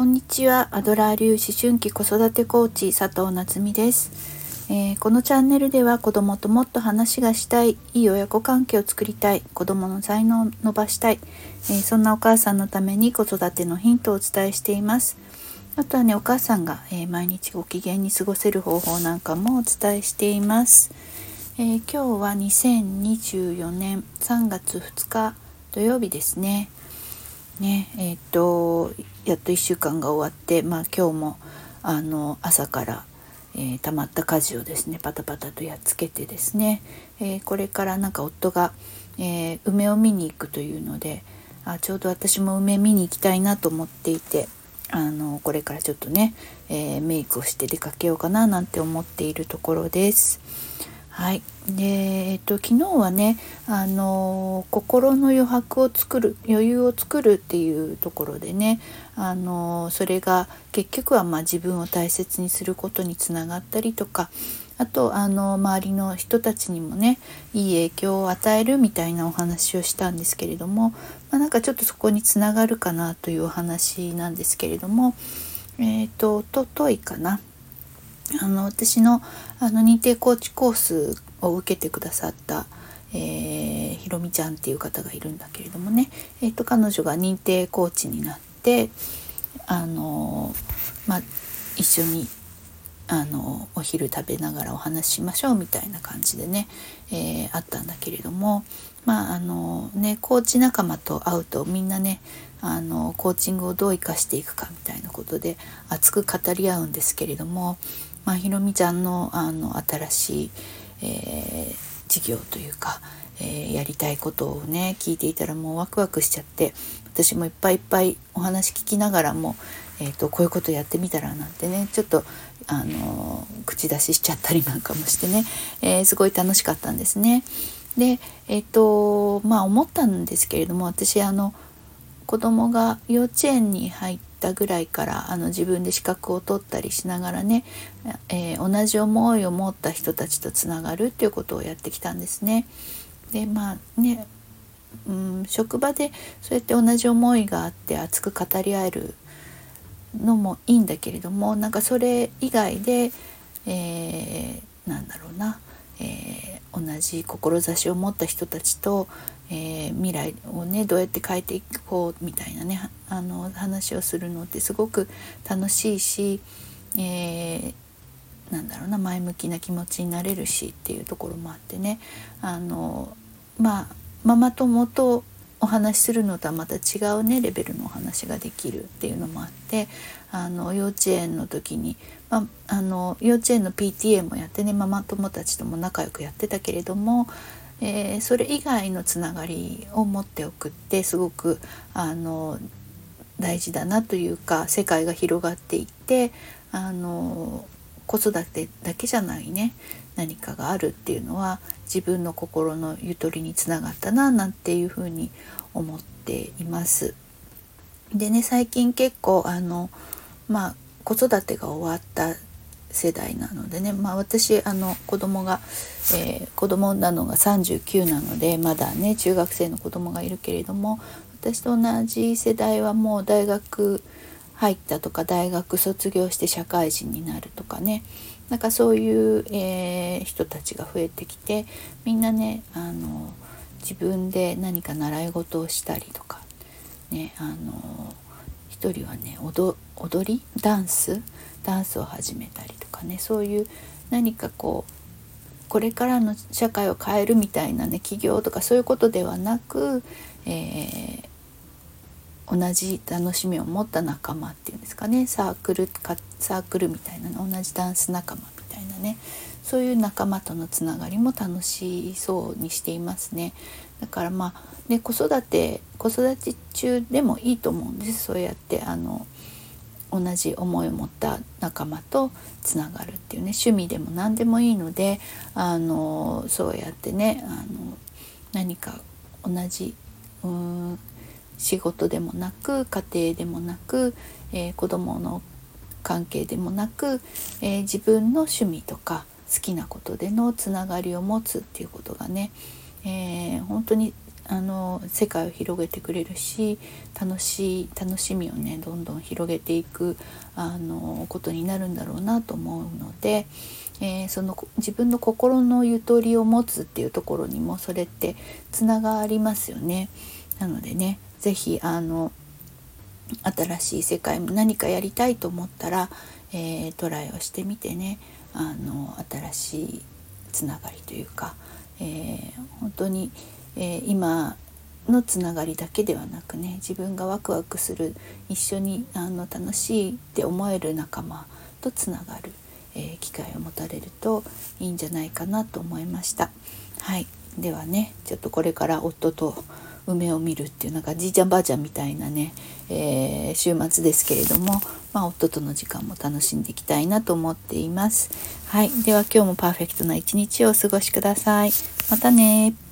んにちは。アドラー流思春期子育てコーチ佐藤夏実です。このチャンネルでは子供ともっと話がしたい、いい親子関係を作りたい、子供の才能を伸ばしたい、そんなお母さんのために子育てのヒントをお伝えしています。あとはね、お母さんが、毎日ご機嫌に過ごせる方法なんかもお伝えしています。今日は2024年3月2日土曜日ですね。やっと1週間が終わって、今日も朝から、溜まった家事をですねパタパタとやっつけてですね、これから夫が、梅を見に行くというので、ちょうど私も梅見に行きたいなと思っていて、これからちょっとね、メイクをして出かけようかななんて思っているところです。はい。で、昨日はね、心の余白を作る、余裕を作るっていうところでね、それが結局は自分を大切にすることにつながったりとか、あと周りの人たちにもねいい影響を与えるみたいなお話をしたんですけれども、ちょっとそこにつながるかなというお話なんですけれども、おとといかな、私の認定コーチコースを受けてくださった、ひろみちゃんっていう方がいるんだけれどもね、彼女が認定コーチになって、一緒にお昼食べながらお話ししましょうみたいな感じでね、あったんだけれども、コーチ仲間と会うとみんなねコーチングをどう生かしていくかみたいなことで熱く語り合うんですけれども、ひろみちゃんの新しい、事業というか、やりたいことをね聞いていたらもうワクワクしちゃって、私もいっぱいいっぱいお話聞きながらも、こういうことやってみたらなんてねちょっと口出ししちゃったりなんかもしてね、すごい楽しかったんですね。で思ったんですけれども、私子供が幼稚園に入ったぐらいから自分で資格を取ったりしながらね、同じ思いを持った人たちとつながるっていうことをやってきたんですね。で職場でそうやって同じ思いがあって熱く語り合えるのもいいんだけれども、それ以外で、同じ志を持った人たちと、未来をねどうやって変えていこうみたいなね話をするのってすごく楽しいし、前向きな気持ちになれるしっていうところもあってね、ママ友とお話しするのとはまた違うねレベルのお話ができるっていうのもあって、幼稚園の時に、幼稚園の PTA もやってねママ友たちとも仲良くやってたけれども、それ以外のつながりを持っておくってすごく大事だなというか、世界が広がっていって子育てだけじゃないね何かがあるっていうのは自分の心のゆとりにつながったななんていうふうに思っています。でね、最近結構子育てが終わった世代なのでね、私子供なのが39なのでまだね中学生の子供がいるけれども、私と同じ世代はもう大学入ったとか大学卒業して社会人になるとかね、そういう、人たちが増えてきて、みんなね自分で何か習い事をしたりとかね、一人はね踊りダンスを始めたりとかね、そういう何かこれからの社会を変えるみたいなね起業とかそういうことではなく、同じ楽しみを持った仲間っていうんですかね、サークルみたいなの、同じダンス仲間みたいなね、そういう仲間とのつながりも楽しそうにしていますね。だから子育て中でもいいと思うんです。そうやって同じ思いを持った仲間とつながるっていうね、趣味でも何でもいいのでそうやってね何か同じ仕事でもなく家庭でもなく、子供の関係でもなく、自分の趣味とか好きなことでのつながりを持つっていうことがね、本当に世界を広げてくれるし、楽しみをねどんどん広げていくことになるんだろうなと思うので、その自分の心のゆとりを持つっていうところにもそれってつながりますよね。なのでね、ぜひ新しい世界も何かやりたいと思ったら、トライをしてみてね、新しいつながりというか、本当に、今のつながりだけではなくね、自分がワクワクする、一緒に楽しいって思える仲間とつながる、機会を持たれるといいんじゃないかなと思いました。はい、ではね、ちょっとこれから夫と梅を見るっていう、なんかじいちゃんばあちゃんみたいなね、週末ですけれども、夫との時間も楽しんでいきたいなと思っています。はい、では今日もパーフェクトな一日をお過ごしください。またね。